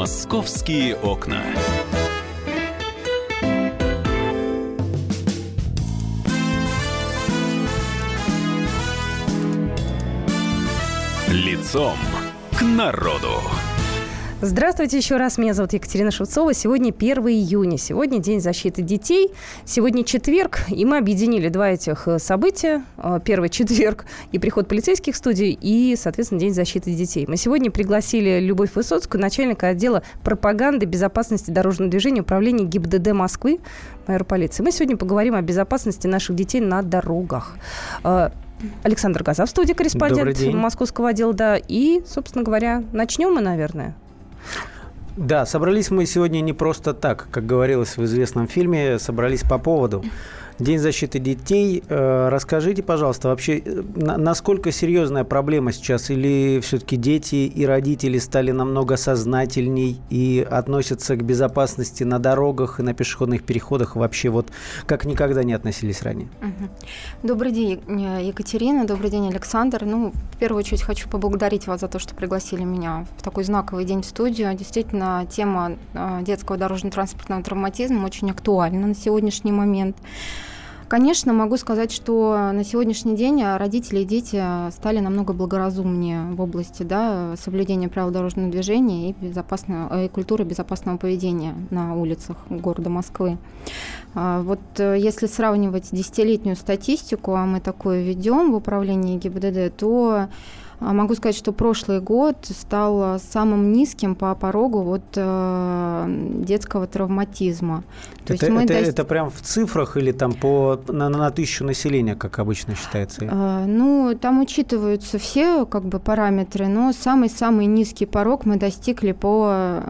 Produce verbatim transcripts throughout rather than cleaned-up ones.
«Московские окна». Лицом к народу. Здравствуйте еще раз. Меня зовут Екатерина Шевцова. Сегодня первое июня. Сегодня День защиты детей. Сегодня четверг, и мы объединили два этих события. Первый четверг и приход полицейских в студию, и, соответственно, День защиты детей. Мы сегодня пригласили Любовь Высоцкую, начальника отдела пропаганды безопасности дорожного движения Управления ГИБДД Москвы, майора полиции. Мы сегодня поговорим о безопасности наших детей на дорогах. Александр Газа в студии, корреспондент московского отдела, да. И, собственно говоря, начнем мы, наверное. Да, собрались мы сегодня не просто так, как говорилось в известном фильме, собрались по поводу. День защиты детей. Расскажите, пожалуйста, вообще, насколько серьезная проблема сейчас? Или все-таки дети и родители стали намного сознательней и относятся к безопасности на дорогах и на пешеходных переходах вообще вот как никогда не относились ранее? Добрый день, Екатерина. Добрый день, Александр. Ну, в первую очередь хочу поблагодарить вас за то, что пригласили меня в такой знаковый день в студию. Действительно, тема детского дорожно-транспортного травматизма очень актуальна на сегодняшний момент. Конечно, могу сказать, что на сегодняшний день родители и дети стали намного благоразумнее в области, да, соблюдения правил дорожного движения и, безопасного, и культуры безопасного поведения на улицах города Москвы. Вот если сравнивать десятилетнюю статистику, а мы такое ведем в управлении ГИБДД, то могу сказать, что прошлый год стал самым низким по порогу вот, э, детского травматизма. То это, есть мы это, до... это прям в цифрах или там по, на, на тысячу населения, как обычно считается? Э, ну, там учитываются все как бы, параметры, но самый-самый низкий порог мы достигли по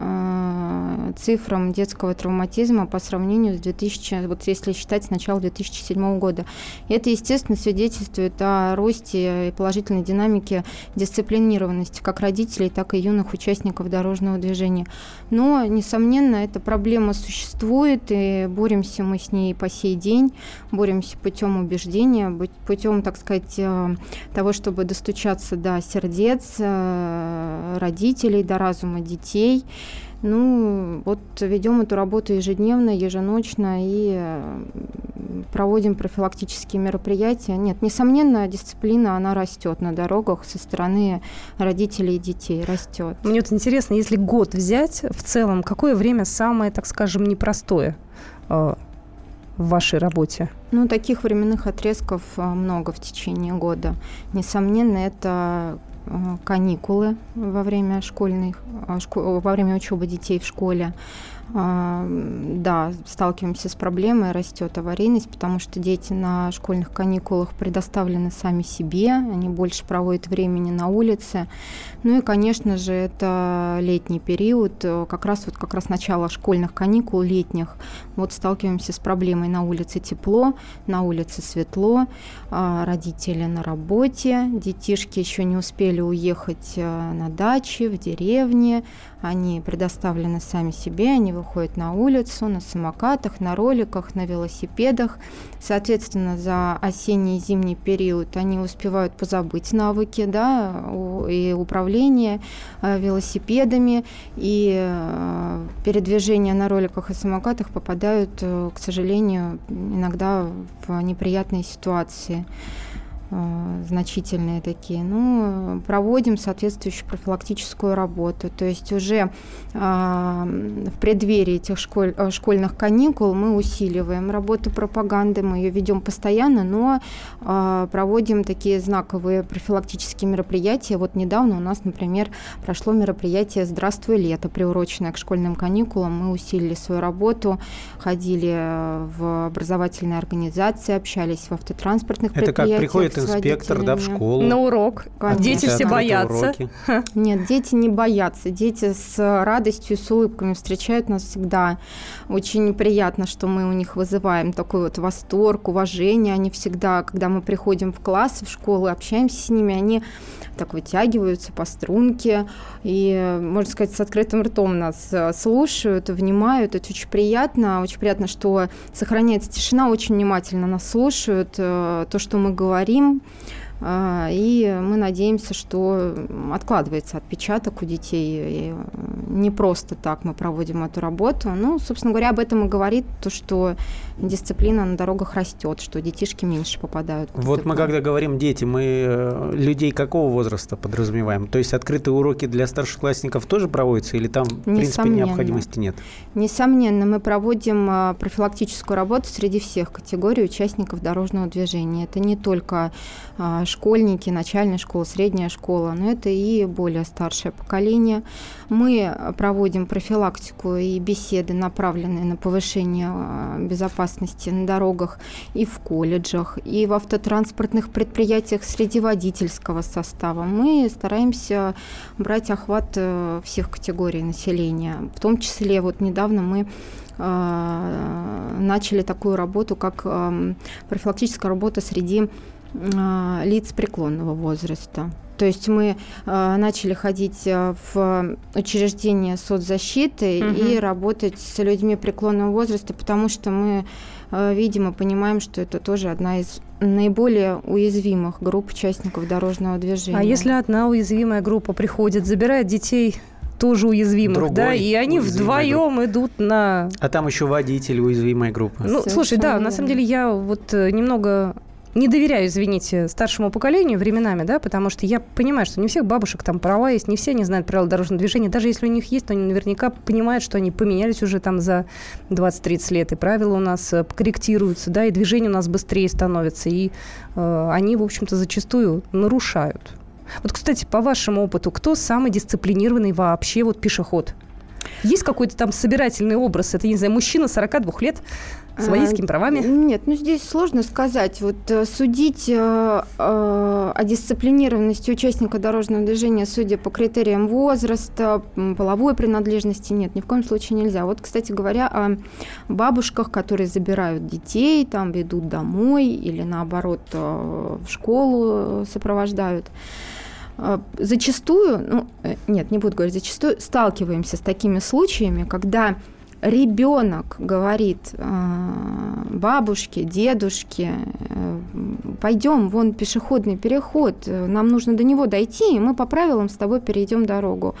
э, цифрам детского травматизма по сравнению с двухтысячным, вот если считать с начала две тысячи седьмого года. И это, естественно, свидетельствует о росте и положительной динамике дисциплинированности как родителей, так и юных участников дорожного движения. Но, несомненно, эта проблема существует, и боремся мы с ней по сей день, боремся путем убеждения, путем, так сказать, того, чтобы достучаться до сердец родителей, до разума детей. Ну, вот ведем эту работу ежедневно, еженочно и проводим профилактические мероприятия. Нет, несомненно, дисциплина, она растет на дорогах со стороны родителей и детей, растет. Мне вот интересно, если год взять в целом, какое время самое, так скажем, непростое э, в вашей работе? Ну, таких временных отрезков много в течение года. Несомненно, это каникулы во время школьных, во время учебы детей в школе. Да, сталкиваемся с проблемой, растет аварийность, потому что дети на школьных каникулах предоставлены сами себе, они больше проводят времени на улице. Ну и, конечно же, это летний период, как раз вот как раз начало школьных каникул летних. Вот сталкиваемся с проблемой: на улице тепло, на улице светло, родители на работе, детишки еще не успели уехать на дачи, в деревне, они предоставлены сами себе, они выходят на улицу на самокатах, на роликах, на велосипедах. Соответственно, за осенний и зимний период они успевают позабыть навыки, да, и управление велосипедами, и передвижения на роликах и самокатах попадают, к сожалению, иногда в неприятные ситуации. Значительные такие. Ну, проводим соответствующую профилактическую работу. То есть уже а, в преддверии этих школь, школьных каникул мы усиливаем работу пропаганды, мы ее ведем постоянно, но а, проводим такие знаковые профилактические мероприятия. Вот недавно у нас, например, прошло мероприятие «Здравствуй, лето», приуроченное к школьным каникулам. Мы усилили свою работу, ходили в образовательные организации, общались в автотранспортных Это предприятиях. Это как приходит инспектор, да, в школу. На урок. Конечно. Дети все боятся. Нет, дети не боятся. Дети с радостью, с улыбками встречают нас всегда. Очень приятно, что мы у них вызываем такой вот восторг, уважение. Они всегда, когда мы приходим в класс, в школу, общаемся с ними, они так вытягиваются по струнке и, можно сказать, с открытым ртом нас слушают, внимают. Это очень приятно. Очень приятно, что сохраняется тишина, очень внимательно нас слушают, то, что мы говорим. И мы надеемся, что откладывается отпечаток у детей. И не просто так мы проводим эту работу. Ну, собственно говоря, об этом и говорит то, что дисциплина на дорогах растет, что детишки меньше попадают в ДТП. Вот мы когда говорим дети, мы людей какого возраста подразумеваем? То есть открытые уроки для старшеклассников тоже проводятся или там, в принципе, необходимости нет? Несомненно, мы проводим профилактическую работу среди всех категорий участников дорожного движения. Это не только школьники, начальная школа, средняя школа, но это и более старшее поколение. Мы проводим профилактику и беседы, направленные на повышение безопасности на дорогах и в колледжах, и в автотранспортных предприятиях среди водительского состава. Мы стараемся брать охват всех категорий населения. В том числе вот недавно мы начали такую работу, как профилактическая работа среди лиц преклонного возраста. То есть мы э, начали ходить в учреждения соцзащиты угу. и работать с людьми преклонного возраста, потому что мы э, видим и понимаем, что это тоже одна из наиболее уязвимых групп участников дорожного движения. А если одна уязвимая группа приходит, забирает детей тоже уязвимых, другой, да, и они вдвоем идут на... А там еще водитель уязвимой группы. Ну, совершенно слушай, да, верно. На самом деле я вот немного... Не доверяю, извините, старшему поколению временами, да, потому что я понимаю, что не у всех бабушек там права есть, не все они знают правила дорожного движения. Даже если у них есть, то они наверняка понимают, что они поменялись уже там за двадцать-тридцать лет, и правила у нас корректируются, да, и движение у нас быстрее становится, и э, они, в общем-то, зачастую нарушают. Вот, кстати, по вашему опыту, кто самый дисциплинированный вообще вот пешеход? Есть какой-то там собирательный образ? Это, не знаю, мужчина сорок двух лет с водительскими правами? Нет, ну здесь сложно сказать. Вот судить э, э, о дисциплинированности участника дорожного движения, судя по критериям возраста, половой принадлежности, нет, ни в коем случае нельзя. Вот, кстати говоря, о бабушках, которые забирают детей, там ведут домой или, наоборот, в школу сопровождают. Зачастую, ну, нет, не буду говорить, зачастую сталкиваемся с такими случаями, когда ребенок говорит бабушке, дедушке: пойдем, вон пешеходный переход, нам нужно до него дойти, и мы по правилам с тобой перейдем дорогу.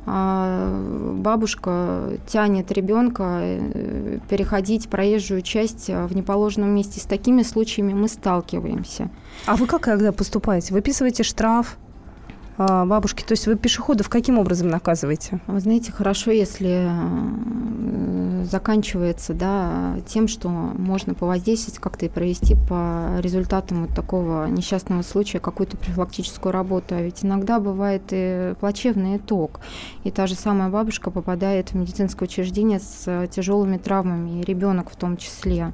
А бабушка тянет ребенка переходить проезжую часть в неположенном месте. С такими случаями мы сталкиваемся. А вы как когда поступаете? Выписываете штраф бабушки? То есть вы пешеходов каким образом наказываете? Вы знаете, хорошо, если заканчивается, да, тем, что можно повоздействовать как-то и провести по результатам вот такого несчастного случая какую-то профилактическую работу. А ведь иногда бывает и плачевный итог. И та же самая бабушка попадает в медицинское учреждение с тяжелыми травмами, и ребенок в том числе.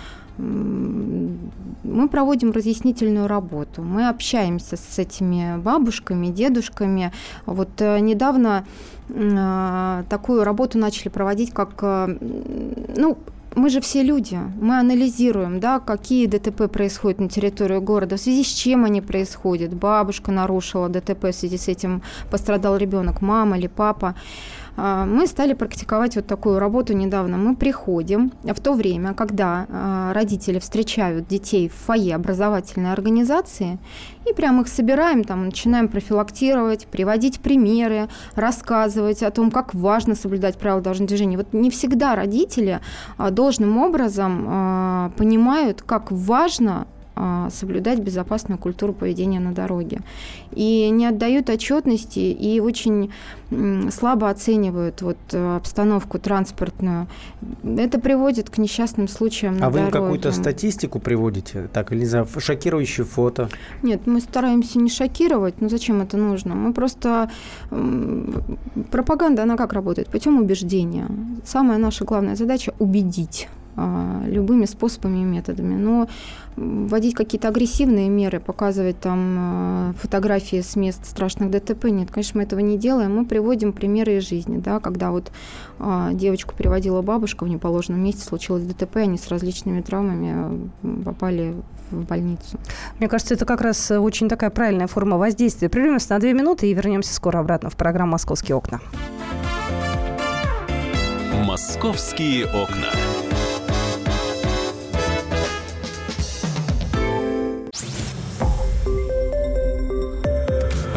Мы проводим разъяснительную работу, мы общаемся с этими бабушками, дедушками. Вот недавно такую работу начали проводить, как, ну, мы же все люди, мы анализируем, да, какие ДТП происходят на территории города, в связи с чем они происходят. Бабушка нарушила ДТП, в связи с этим пострадал ребенок, мама или папа. Мы стали практиковать вот такую работу недавно. Мы приходим в то время, когда родители встречают детей в фойе образовательной организации, и прямо их собираем, там, начинаем профилактировать, приводить примеры, рассказывать о том, как важно соблюдать правила дорожного движения. Вот не всегда родители должным образом понимают, как важно соблюдать безопасную культуру поведения на дороге. И не отдают отчетности, и очень слабо оценивают вот обстановку транспортную. Это приводит к несчастным случаям на дороге. А вы какую-то статистику приводите? Так, или, не знаю, шокирующие фото? Нет, мы стараемся не шокировать, но зачем это нужно? Мы просто... Пропаганда, она как работает? Путем убеждения. Самая наша главная задача – убедить любыми способами и методами. Но вводить какие-то агрессивные меры, показывать там фотографии с мест страшных ДТП, нет, конечно, мы этого не делаем. Мы приводим примеры из жизни, да, когда вот девочку переводила бабушка в неположенном месте, случилось ДТП, они с различными травмами попали в больницу. Мне кажется, это как раз очень такая правильная форма воздействия. Прервемся на две минуты и вернемся скоро обратно в программу «Московские окна». «Московские окна».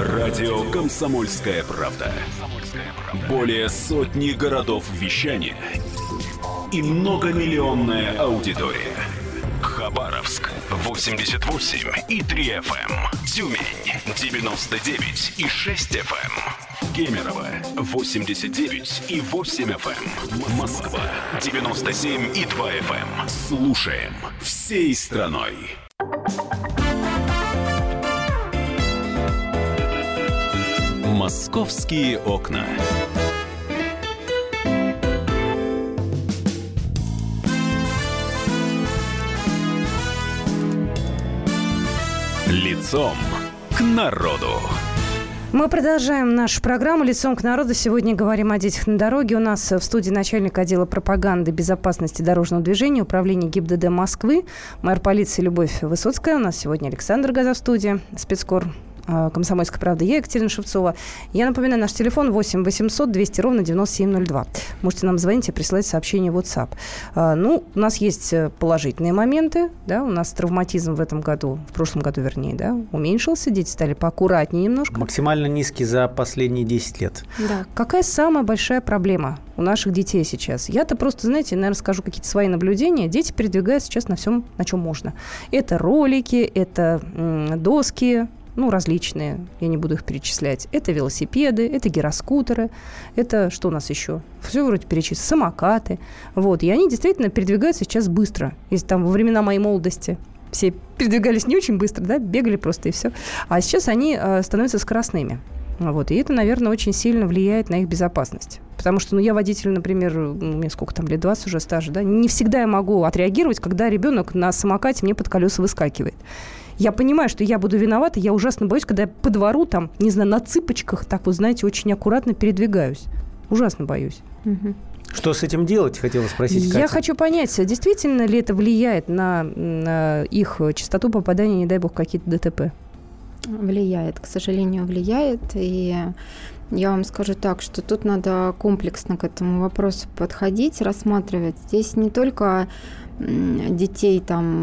Радио «Комсомольская правда». Более сотни городов вещания и многомиллионная аудитория. Хабаровск восемьдесят восемь и три эф эм, Тюмень девяносто девять и шесть эф эм, Кемерово восемьдесят девять и восемь эф эм, Москва девяносто семь и два эф эм. Слушаем всей страной. Московские окна. Лицом к народу. Мы продолжаем нашу программу «Лицом к народу». Сегодня говорим о детях на дороге. У нас в студии начальник отдела пропаганды и безопасности дорожного движения Управления ГИБДД Москвы, мэр полиции Любовь Высоцкая. У нас сегодня Александр Газа в студии, спецкор «Комсомольская правда». Я Екатерина Шевцова. Я напоминаю, наш телефон восемь восемьсот двести ровно девяносто семь ноль два. Можете нам звонить и присылать сообщение в WhatsApp. А, ну, у нас есть положительные моменты. Да, у нас травматизм в этом году, в прошлом году, вернее, да, уменьшился. Дети стали поаккуратнее немножко. Максимально низкий за последние десять лет. Да. Какая самая большая проблема у наших детей сейчас? Я-то просто, знаете, наверное, скажу какие-то свои наблюдения. Дети передвигаются сейчас на всем, на чем можно. Это ролики, это м- доски, ну, различные, я не буду их перечислять. Это велосипеды, это гироскутеры, это что у нас еще? Все вроде перечислить, самокаты. Вот. И они действительно передвигаются сейчас быстро. Если там во времена моей молодости все передвигались не очень быстро, да, бегали просто и все. А сейчас они э, становятся скоростными. Вот. И это, наверное, очень сильно влияет на их безопасность. Потому что, ну, я водитель, например, у меня сколько там, лет двадцать уже стажа, да, не всегда я могу отреагировать, когда ребенок на самокате мне под колеса выскакивает. Я понимаю, что я буду виновата, я ужасно боюсь, когда я по двору, там, не знаю, на цыпочках, так вот, знаете, очень аккуратно передвигаюсь. Ужасно боюсь. Угу. Что с этим делать, хотела спросить Катя. Я хочу понять, действительно ли это влияет на, на их частоту попадания, не дай бог, в какие-то ДТП? Влияет, к сожалению, влияет. И я вам скажу так, что тут надо комплексно к этому вопросу подходить, рассматривать. Здесь не только детей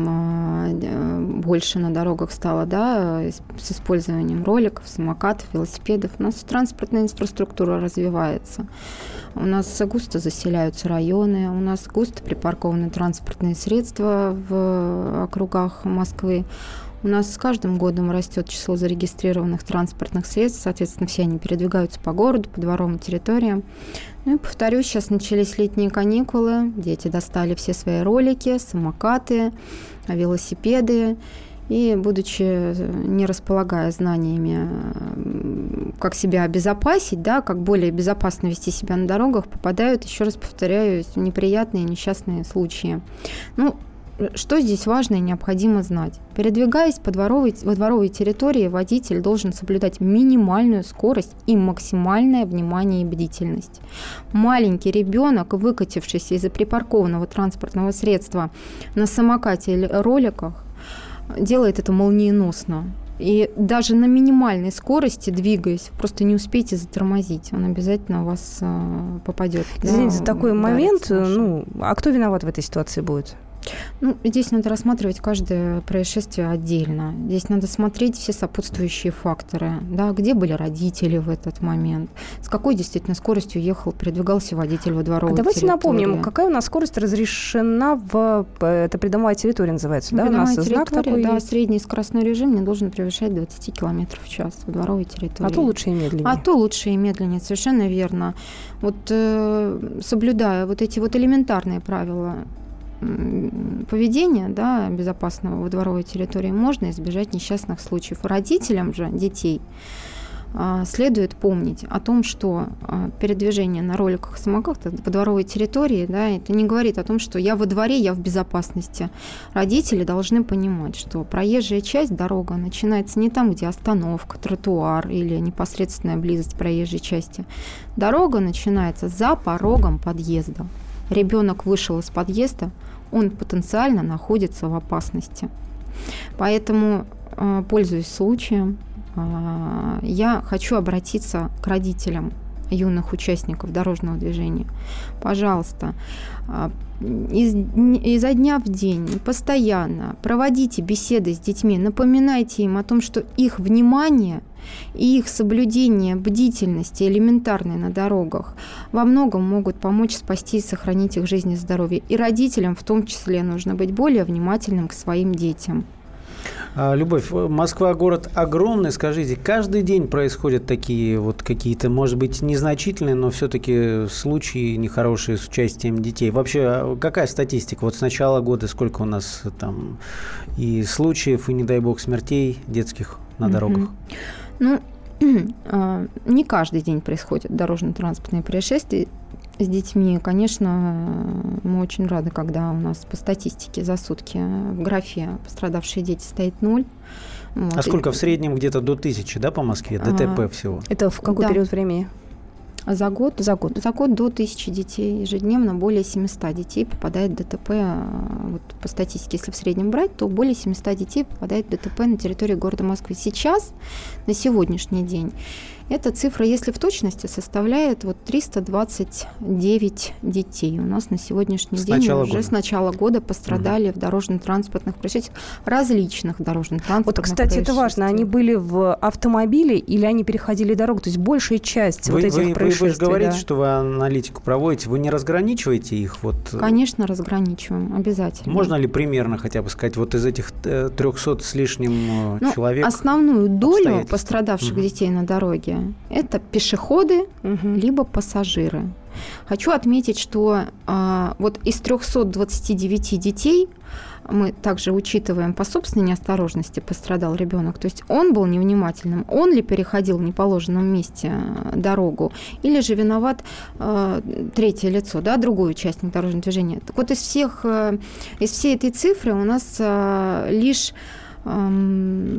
там больше на дорогах стало, да, с использованием роликов, самокатов, велосипедов. У нас транспортная инфраструктура развивается. У нас густо заселяются районы, у нас густо припаркованы транспортные средства в округах Москвы. У нас с каждым годом растет число зарегистрированных транспортных средств, соответственно, все они передвигаются по городу, по дворовым территориям. Ну и повторюсь, сейчас начались летние каникулы, дети достали все свои ролики, самокаты, велосипеды. И, будучи, не располагая знаниями, как себя обезопасить, да, как более безопасно вести себя на дорогах, попадают, еще раз повторяю, в неприятные несчастные случаи. Ну, что здесь важно и необходимо знать? Передвигаясь по дворовой, во дворовой территории, водитель должен соблюдать минимальную скорость и максимальное внимание и бдительность. Маленький ребенок, выкатившийся из-за припаркованного транспортного средства на самокате или роликах, делает это молниеносно. И даже на минимальной скорости, двигаясь, просто не успейте затормозить. Он обязательно у вас попадет. Извините, да, такой момент. Ну, а кто виноват в этой ситуации будет? Ну, здесь надо рассматривать каждое происшествие отдельно. Здесь надо смотреть все сопутствующие факторы. Да, где были родители в этот момент, с какой действительно скоростью ехал, передвигался водитель во дворовой а давайте территории. напомним, какая у нас скорость разрешена в... Это придомовая территория называется, да? Придомовая у нас знак такой да, есть. Средний скоростной режим не должен превышать двадцать километров в час в дворовой территории. А то лучше и медленнее. А то лучше и медленнее, совершенно верно. Вот э, соблюдая вот эти вот элементарные правила поведения, да, безопасного во дворовой территории, можно избежать несчастных случаев. Родителям же детей а, следует помнить о том, что а, передвижение на роликах, самокатах по дворовой территории, да, это не говорит о том, что я во дворе, я в безопасности. Родители должны понимать, что проезжая часть, дорога, начинается не там, где остановка, тротуар или непосредственная близость проезжей части. Дорога начинается за порогом подъезда. Ребенок вышел из подъезда, он потенциально находится в опасности. Поэтому, пользуясь случаем, я хочу обратиться к родителям юных участников дорожного движения. Пожалуйста, из, изо дня в день постоянно проводите беседы с детьми, напоминайте им о том, что их внимание и их соблюдение бдительности элементарной на дорогах во многом могут помочь спасти и сохранить их жизнь и здоровье. И родителям в том числе нужно быть более внимательным к своим детям. Любовь, Москва город огромный. Скажите, каждый день происходят такие вот какие-то, может быть, незначительные, но все-таки случаи нехорошие с участием детей. Вообще, какая статистика? Вот с начала года сколько у нас там и случаев, и, не дай бог, смертей детских на дорогах? Ну, не каждый день происходят дорожно-транспортные происшествия с детьми. Конечно, мы очень рады, когда у нас по статистике за сутки в графе пострадавшие дети стоит ноль. Вот. А сколько в среднем? Где-то до тысячи, да, по Москве? ДТП а, всего. Это в какой да. период времени? За год? За год. За год до тысячи детей. Ежедневно более семьсот детей попадает в ДТП. Вот по статистике, если в среднем брать, то более семьсот детей попадает в ДТП на территории города Москвы. Сейчас, на сегодняшний день, эта цифра, если в точности, составляет вот триста двадцать девять детей. У нас на сегодняшний с день уже года. с начала года пострадали угу. в дорожно-транспортных происшествиях, различных дорожно-транспортных Вот, кстати, это важно. Они были в автомобиле или они переходили дорогу? То есть большая часть вы, вот этих вы, происшествий. Вы же говорите, да. что вы аналитику проводите. Вы не разграничиваете их? Вот... Конечно, разграничиваем. Обязательно. Можно ли примерно хотя бы сказать, вот из этих трехсот с лишним ну, человек? Основную долю пострадавших угу. детей на дороге это пешеходы, угу. либо пассажиры. Хочу отметить, что а, вот из трехсот двадцати девяти детей мы также учитываем по собственной неосторожности пострадал ребенок. То есть он был невнимательным, он ли переходил в неположенном месте дорогу, или же виноват э, третье лицо, да, другой участник дорожного движения. Так вот из всех, э, из всей этой цифры у нас э, лишь э,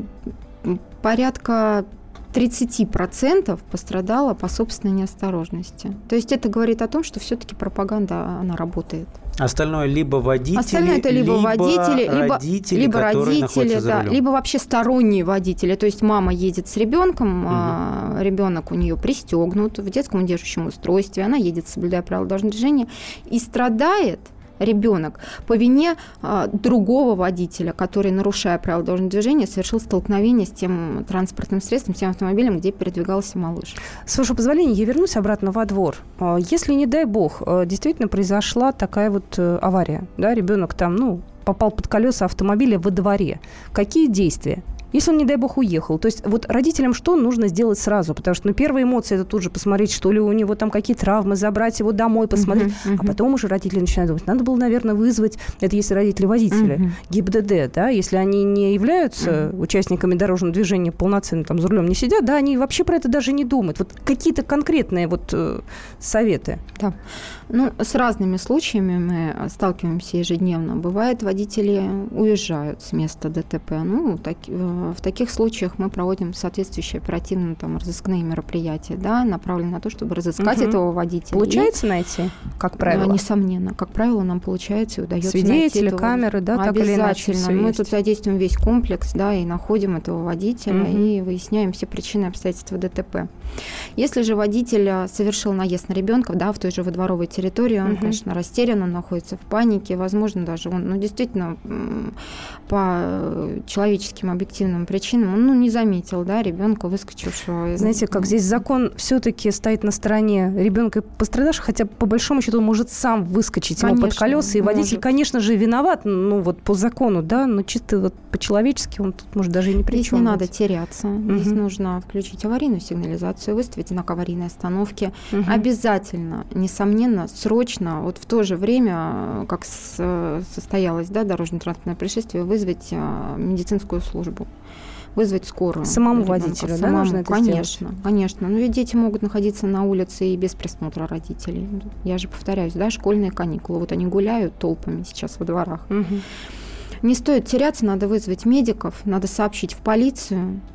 порядка тридцать процентов пострадало по собственной неосторожности. То есть это говорит о том, что все-таки пропаганда, она работает. Остальное либо водители, Остальное это либо, либо водители, родители, либо, либо родители, за да, рулем. Либо вообще сторонние водители. То есть мама едет с ребенком, угу. а ребенок у нее пристегнут в детском удерживающем устройстве, она едет, соблюдая правила дорожного движения, и страдает ребенок по вине а, другого водителя, который, нарушая правила дорожного движения, совершил столкновение с тем транспортным средством, с тем автомобилем, где передвигался малыш. С вашего позволения, я вернусь обратно во двор. Если, не дай бог, действительно произошла такая вот авария, да, ребенок там, ну, попал под колеса автомобиля во дворе, какие действия? Если он, не дай бог, уехал. То есть вот родителям что нужно сделать сразу? Потому что ну, первая эмоция – это тут же посмотреть, что ли у него там какие травмы, забрать его домой, посмотреть. Uh-huh, uh-huh. А потом уже родители начинают думать, надо было, наверное, вызвать, это если родители-водители, uh-huh. ГИБДД, да, если они не являются uh-huh. участниками дорожного движения полноценно, там за рулем не сидят, да, они вообще про это даже не думают. Вот какие-то конкретные вот э, советы. Да. Ну, с разными случаями мы сталкиваемся ежедневно. Бывает, водители уезжают с места ДТП. Ну, так, в таких случаях мы проводим соответствующие оперативные там, разыскные мероприятия, да, направленные на то, чтобы разыскать угу. этого водителя. Получается и, найти, как правило? Несомненно. Как правило, нам получается и удается Свидетели, найти этого. камеры, да, так или иначе. Обязательно. Мы есть. тут задействуем весь комплекс, да, и находим этого водителя, угу. и выясняем все причины и обстоятельства ДТП. Если же водитель совершил наезд на ребенка, да, в той же водворовой территории, он, угу. конечно, растерян, он находится в панике, возможно, даже он, ну, действительно, по человеческим объективным причинам, он, ну, не заметил, да, ребенка, выскочившего из... Знаете, как здесь закон все-таки стоит на стороне ребенка пострадавшего, хотя, по большому счету, он может сам выскочить конечно, ему под колеса, и водитель, может. конечно же, виноват, ну, вот по закону, да, но чисто вот по-человечески он тут, может, даже и не при Здесь чем не быть. надо теряться, угу. здесь нужно включить аварийную сигнализацию, выставить знак аварийной остановки. Угу. Обязательно, несомненно, срочно, вот в то же время, как с, состоялось, да, дорожно-транспортное происшествие, вызвать а, медицинскую службу, вызвать скорую. Самому ребенка. водителю, Самому, да, нужно это конечно, сделать? Конечно. Но ведь дети могут находиться на улице и без присмотра родителей. Я же повторяюсь, да, школьные каникулы. Вот они гуляют толпами сейчас во дворах. Угу. Не стоит теряться, надо вызвать медиков, надо сообщить в полицию.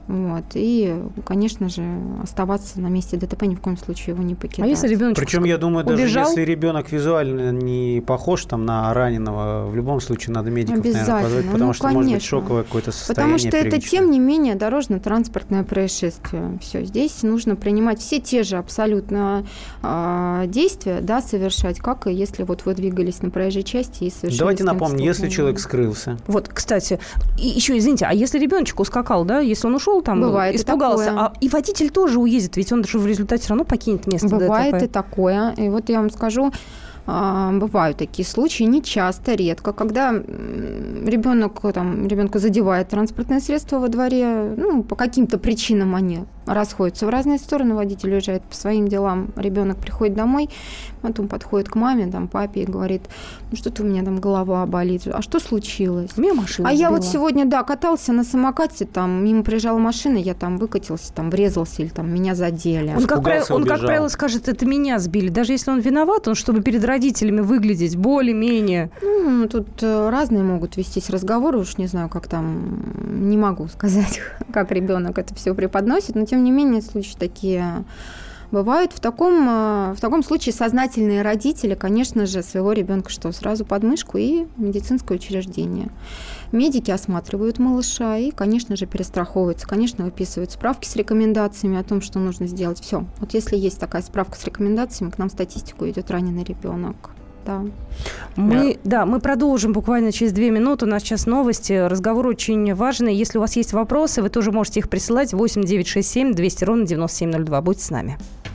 Вот. И, конечно же, оставаться на месте ДТП, ни в коем случае его не покидать. А если ребеночек Причем, я думаю, убежал? даже если ребенок визуально не похож там, на раненого, в любом случае надо медиков, наверное, позвать, потому ну, что конечно. может быть шоковое какое-то состояние. Потому что это, первичное. тем не менее, дорожно-транспортное происшествие. Все, здесь нужно принимать все те же абсолютно э, действия, да, совершать, как и если вот вы двигались на проезжей части и совершили. Давайте напомним, если человек скрылся. Вот, кстати, и еще, извините, а если ребеночек ускакал, да, если он ушел там, бывает испугался, и а и водитель тоже уедет, ведь он же в результате все равно покинет место Бывает ДТП. и такое. И вот я вам скажу, бывают такие случаи, не часто, редко, когда ребенок, там, ребенка задевает транспортное средство во дворе, ну, по каким-то причинам они расходятся в разные стороны, водитель уезжает по своим делам, ребенок приходит домой, потом подходит к маме, там, папе и говорит: ну, что-то у меня там голова болит, а что случилось? Меня машина А сбила. я вот сегодня, да, катался на самокате, там, мимо проезжала машина, я там выкатился, там, врезался или там меня задели. Он, как правило, он, как убежал. правило, скажет: это меня сбили. Даже если он виноват, он, чтобы перед родителями выглядеть более-менее. Ну, тут э, разные могут вестись разговоры, уж не знаю, как там, не могу сказать, как ребенок это все преподносит, но тем не менее случаи такие бывают. В таком, э, в таком случае сознательные родители, конечно же, своего ребенка что, сразу под мышку и в медицинское учреждение. Медики осматривают малыша и, конечно же, перестраховываются. Конечно, выписывают справки с рекомендациями о том, что нужно сделать. Все. Вот если есть такая справка с рекомендациями, к нам в статистику идет раненый ребенок. Да. Мы, да, мы продолжим буквально через две минуты. У нас сейчас новости. Разговор очень важный. Если у вас есть вопросы, вы тоже можете их присылать. восемь девятьсот шестьдесят семь двести ровно девяносто семь ноль два. Будьте с нами.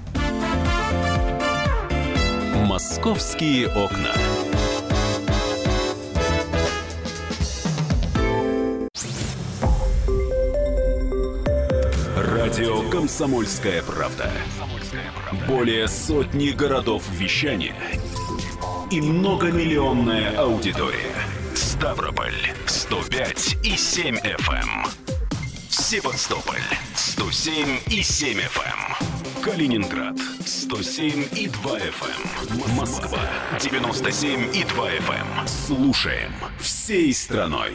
«Московские окна». Радио «Комсомольская правда». Более сотни городов вещания и многомиллионная аудитория. Ставрополь сто пять и семь эф эм. Севастополь сто семь и семь эф эм. Калининград сто семь и два эф эм. Москва девяносто семь и два эф эм. Слушаем всей страной.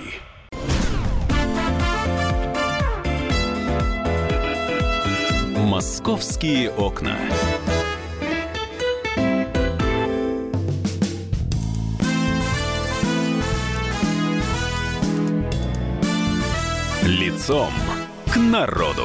«Московские окна». Лицом к народу.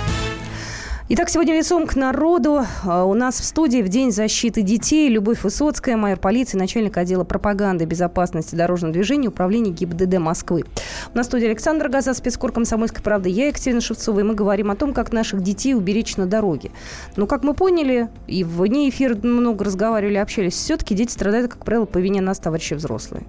Итак, сегодня лицом к народу. У нас в студии в День защиты детей Любовь Высоцкая, майор полиции, начальник отдела пропаганды и безопасности дорожного движения Управления ГИБДД Москвы. У нас в студии Александр Газа, спецкор «Комсомольской правды», я, Екатерина Шевцова, и мы говорим о том, как наших детей уберечь на дороге. Но, как мы поняли, и вне эфира много разговаривали, общались, все-таки дети страдают, как правило, по вине нас, товарищи взрослые.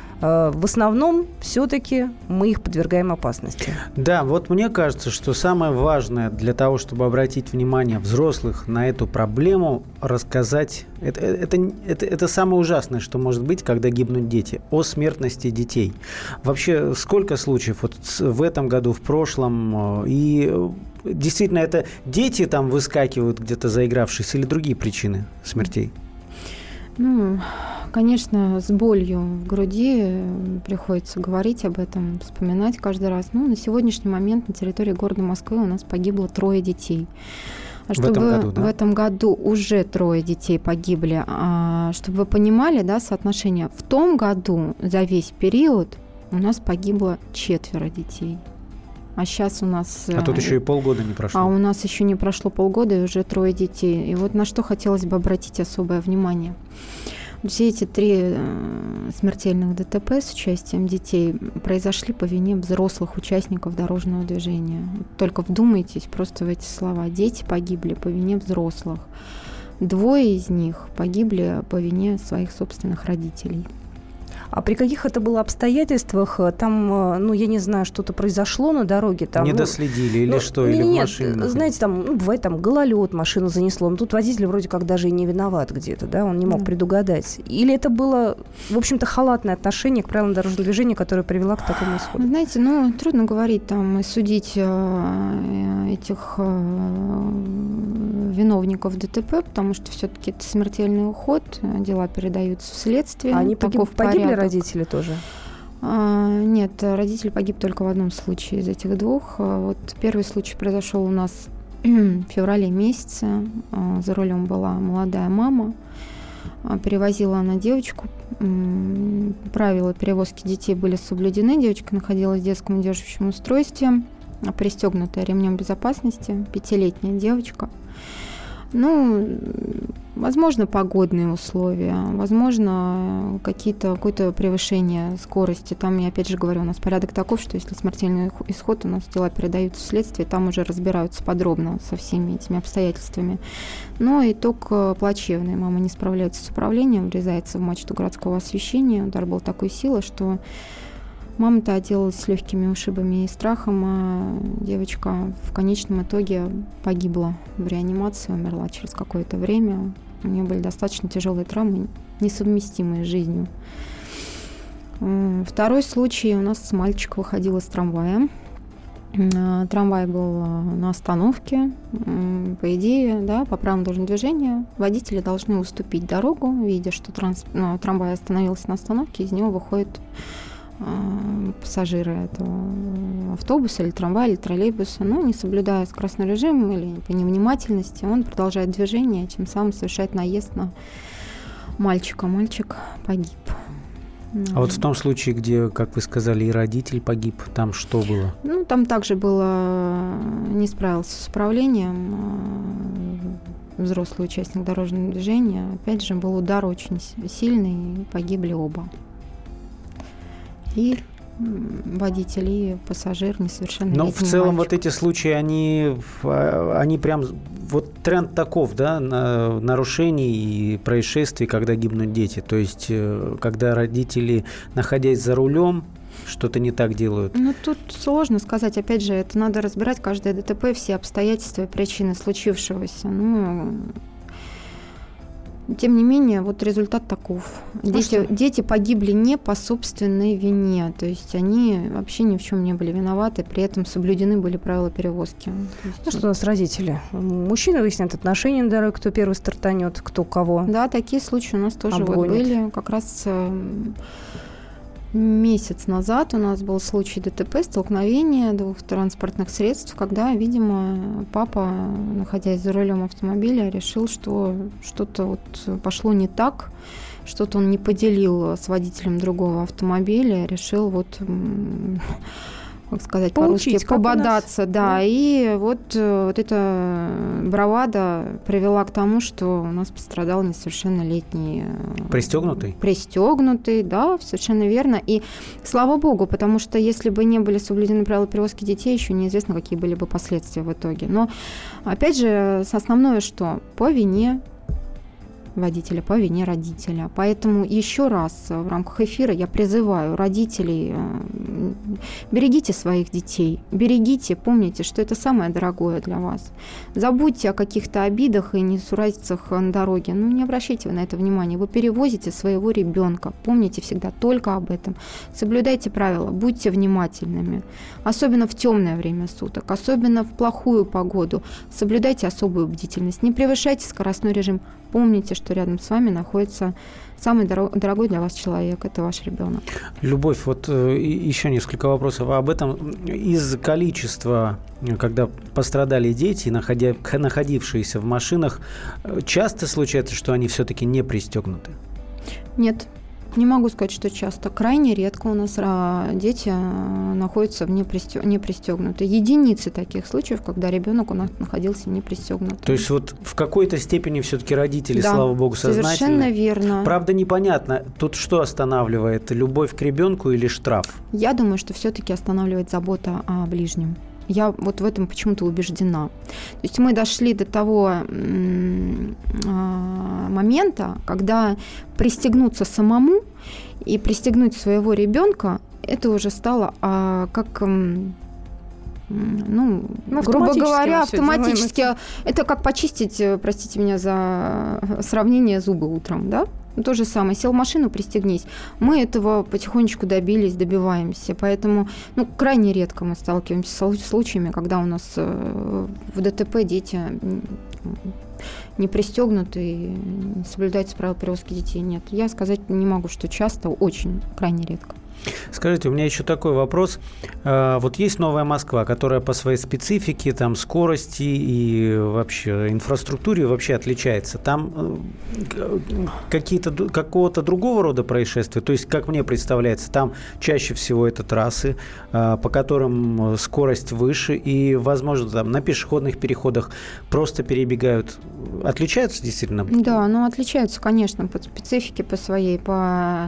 В основном все-таки мы их подвергаем опасности. Да, вот мне кажется, что самое важное для того, чтобы обратить внимание взрослых на эту проблему, рассказать, это, это, это, это самое ужасное, что может быть, когда гибнут дети, о смертности детей. Вообще, сколько случаев вот в этом году, в прошлом, и действительно это дети там выскакивают где-то заигравшись или другие причины смертей? Ну, конечно, с болью в груди приходится говорить об этом, вспоминать каждый раз. Ну, на сегодняшний момент на территории города Москвы у нас погибло трое детей. А чтобы в этом году, да? В этом году уже трое детей погибли. А, чтобы вы понимали, да, соотношение. В том году за весь период у нас погибло четверо детей. А сейчас у нас... А тут еще и полгода не прошло. А у нас еще не прошло полгода, и уже трое детей. И вот на что хотелось бы обратить особое внимание. Все эти три смертельных ДТП с участием детей произошли по вине взрослых участников дорожного движения. Только вдумайтесь просто в эти слова. Дети погибли по вине взрослых. Двое из них погибли по вине своих собственных родителей. А при каких это было обстоятельствах? Там, ну, я не знаю, что-то произошло на дороге. Там, не ну, доследили или ну, что? Нет, или в машине? Знаете, там, ну, бывает, там гололед, машину занесло. Но тут водитель вроде как даже и не виноват где-то, да, он не мог да. предугадать. Или это было, в общем-то, халатное отношение к правилам дорожного движения, которое привело к такому исходу? Знаете, ну, трудно говорить там и судить э, этих э, виновников ДТП, потому что все-таки это смертельный уход, дела передаются в следствие. А они погиб, погибли родители тоже? А, нет, родитель погиб только в одном случае из этих двух. Вот первый случай произошел у нас в феврале месяце. За рулем была молодая мама. Перевозила она девочку. Правила перевозки детей были соблюдены. Девочка находилась в детском удерживающем устройстве, пристегнутая ремнем безопасности, пятилетняя девочка. Ну, возможно, погодные условия, возможно, какие-то, какое-то превышение скорости. Там, я опять же говорю, у нас порядок таков, что если смертельный исход, у нас дела передаются в следствие, там уже разбираются подробно со всеми этими обстоятельствами. Но итог плачевный. Мама не справляется с управлением, врезается в мачту городского освещения. Удар был такой силы, что мама-то отделалась с легкими ушибами и страхом, а девочка в конечном итоге погибла в реанимации, умерла через какое-то время. У нее были достаточно тяжелые травмы, несовместимые с жизнью. Второй случай. У нас мальчик выходил из трамвая. Трамвай был на остановке. По идее, да, по правилам дорожного движения водители должны уступить дорогу, видя, что транс... ну, трамвай остановился на остановке, из него выходит пассажиры этого автобуса или трамвая, или троллейбуса, но не соблюдая скоростной режим или по невнимательности, он продолжает движение, тем самым совершает наезд на мальчика. Мальчик погиб. А вот в том случае, где, как вы сказали, и родитель погиб, там что было? Ну, там также было, не справился с управлением взрослый участник дорожного движения. Опять же, был удар очень сильный, и погибли оба. И водитель, и пассажир несовершеннолетний Но в целом мальчик. Вот эти случаи, они, они прям... Вот тренд таков, да, на нарушений и происшествий, когда гибнут дети. То есть, когда родители, находясь за рулем, что-то не так делают. Ну, тут сложно сказать. Опять же, это надо разбирать каждое ДТП, все обстоятельства и причины случившегося. Ну... Тем не менее, вот результат таков. Дети, дети погибли не по собственной вине, то есть они вообще ни в чем не были виноваты, при этом соблюдены были правила перевозки. Есть... Ну что у нас родители? Мужчины выяснят отношения на дороге, кто первый стартанет, кто кого. Да, такие случаи у нас тоже вот были. Как раз месяц назад у нас был случай ДТП, столкновение двух транспортных средств, когда, видимо, папа, находясь за рулем автомобиля, решил, что что-то вот пошло не так, что-то он не поделил с водителем другого автомобиля, решил вот... как сказать по-русски, пободаться, да, да, и вот, вот эта бравада привела к тому, что у нас пострадал несовершеннолетний... Пристегнутый? Пристегнутый, да, совершенно верно, и слава богу, потому что если бы не были соблюдены правила перевозки детей, еще неизвестно, какие были бы последствия в итоге, но, опять же, основное, что по вине водителя, по вине родителя. Поэтому еще раз в рамках эфира я призываю родителей, берегите своих детей, берегите, помните, что это самое дорогое для вас. Забудьте о каких-то обидах и несуразицах на дороге. Ну, не обращайте вы на это внимания. Вы перевозите своего ребенка. Помните всегда только об этом. Соблюдайте правила, будьте внимательными. Особенно в темное время суток, особенно в плохую погоду. Соблюдайте особую бдительность. Не превышайте скоростной режим. Помните, что рядом с вами находится самый дорогой для вас человек. Это ваш ребенок. Любовь, вот еще несколько вопросов об этом. Из количества, когда пострадали дети, находя, находившиеся в машинах, часто случается, что они все-таки не пристегнуты? Нет. Не могу сказать, что часто. Крайне редко у нас дети находятся в непристегнуты. Единицы таких случаев, когда ребенок у нас находился не пристегнут. То есть вот в какой-то степени все-таки родители, да, слава богу, сознательны. Совершенно верно. Правда, непонятно, тут что останавливает? Любовь к ребенку или штраф? Я думаю, что все-таки останавливает забота о ближнем. Я вот в этом почему-то убеждена. То есть мы дошли до того м- м- момента, когда пристегнуться самому и пристегнуть своего ребенка, это уже стало а, как... М- Ну, ну, грубо говоря, автоматически. Это как почистить, простите меня за сравнение, зубы утром, да? То же самое. Сел в машину, пристегнись. Мы этого потихонечку добились, добиваемся. Поэтому, ну, крайне редко мы сталкиваемся с случаями, когда у нас в ДТП дети не пристегнуты и не соблюдаются правила перевозки детей. Нет. Я сказать не могу, что часто, очень крайне редко. Скажите, у меня еще такой вопрос. Вот есть Новая Москва, которая по своей специфике, там, скорости и вообще инфраструктуре вообще отличается. Там какие-то, какого-то другого рода происшествия? То есть, как мне представляется, там чаще всего это трассы, по которым скорость выше и, возможно, там на пешеходных переходах просто перебегают. Отличаются действительно? Да, ну отличаются, конечно, по специфике, по своей, по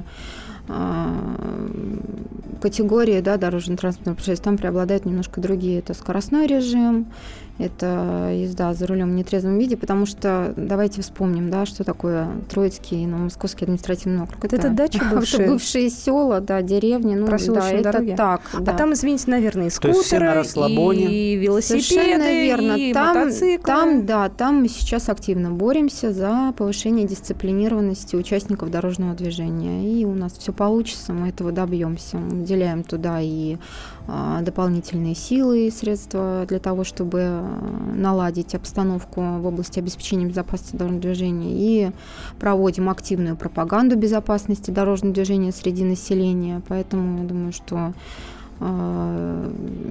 категории, да, дорожно-транспортного происшествия. Там преобладают немножко другие. Это скоростной режим, это езда за рулем в нетрезвом виде, потому что давайте вспомним, да, что такое Троицкий, ну, Московский административный округ. Это, это дачи бывшие? Это бывшие села, да, деревни. Ну, да, это дороги. Так, да. А там, извините, наверное, и скутеры, и велосипеды, совершенно верно. И там, мотоциклы. Там, да, там мы сейчас активно боремся за повышение дисциплинированности участников дорожного движения. И у нас все получится, мы этого добьемся. Мы выделяем туда и а, дополнительные силы и средства для того, чтобы наладить обстановку в области обеспечения безопасности дорожного движения, и проводим активную пропаганду безопасности дорожного движения среди населения. Поэтому я думаю, что э,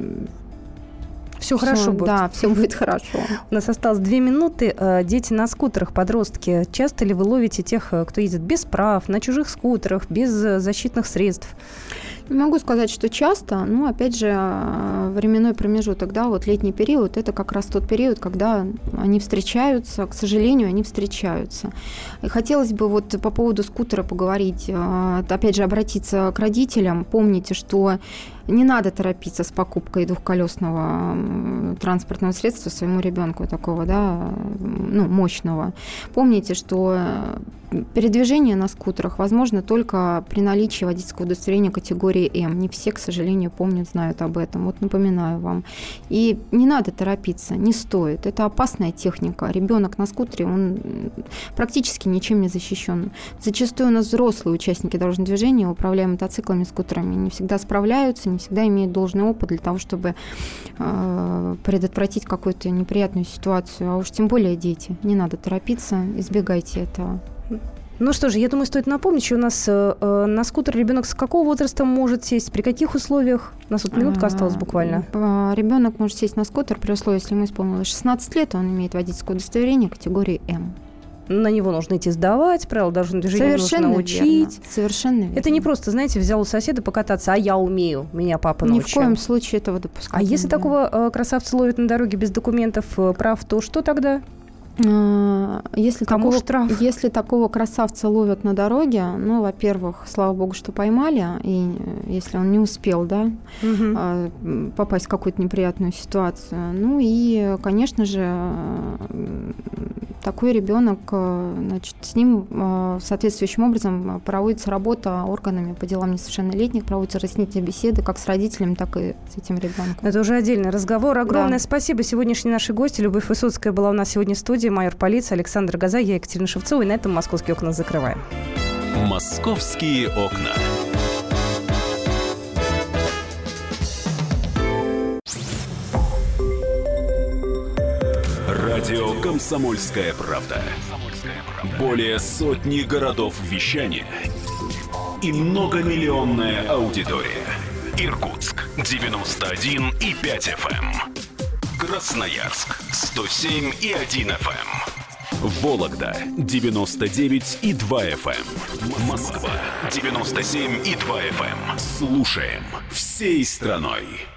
все хорошо будет. Да, все будет хорошо. У нас осталось две минуты. Дети на скутерах, подростки. Часто ли вы ловите тех, кто едет без прав, на чужих скутерах, без защитных средств? Не могу сказать, что часто, но, опять же, временной промежуток, да, вот летний период, это как раз тот период, когда они встречаются, к сожалению, они встречаются. И хотелось бы вот по поводу скутера поговорить, опять же, обратиться к родителям. Помните, что не надо торопиться с покупкой двухколесного транспортного средства своему ребенку такого, да, ну, мощного. Помните, что передвижение на скутерах возможно только при наличии водительского удостоверения категории М. Не все, к сожалению, помнят, знают об этом. Вот напоминаю вам. И не надо торопиться, не стоит. Это опасная техника. Ребенок на скутере, он практически ничем не защищен. Зачастую у нас взрослые участники дорожного движения, управляя мотоциклами, скутерами, не всегда справляются, не всегда имеют должный опыт для того, чтобы э, предотвратить какую-то неприятную ситуацию. А уж тем более дети. Не надо торопиться, избегайте этого. Ну что же, я думаю, стоит напомнить, что у нас э, на скутер ребенок с какого возраста может сесть, при каких условиях? У нас вот минутка осталась буквально. Ребенок может сесть на скутер при условии, если ему исполнилось шестнадцать лет, он имеет водительское удостоверение категории М. На него нужно идти сдавать, правила дорожного движения Совершенно нужно учить. Верно. Совершенно верно. Это не просто, знаете, взял у соседа покататься, а я умею, меня папа научил. Ни в коем случае этого допускать. А если да. такого э, красавца ловят на дороге без документов, э, прав, то что тогда? Если Кому такого, штраф? Если такого красавца ловят на дороге, ну, во-первых, слава богу, что поймали, и если он не успел, да, угу. попасть в какую-то неприятную ситуацию. Ну и, конечно же, такой ребенок, значит, с ним соответствующим образом проводится работа органами по делам несовершеннолетних, проводятся разъяснительные беседы как с родителями, так и с этим ребенком. Это уже отдельный разговор. Огромное да. спасибо. Сегодняшние наши гости. Любовь Высоцкая была у нас сегодня в студии, майор полиции Александр Газа, я Екатерина Шевцова. И на этом «Московские окна» закрываем. «Московские окна». Радио «Комсомольская правда». Более сотни городов вещания и многомиллионная аудитория. Иркутск девяносто один и пять эф эм. Красноярск сто семь и один эф эм. Вологда девяносто девять и два эф эм. Москва девяносто семь и два эф эм. Слушаем всей страной.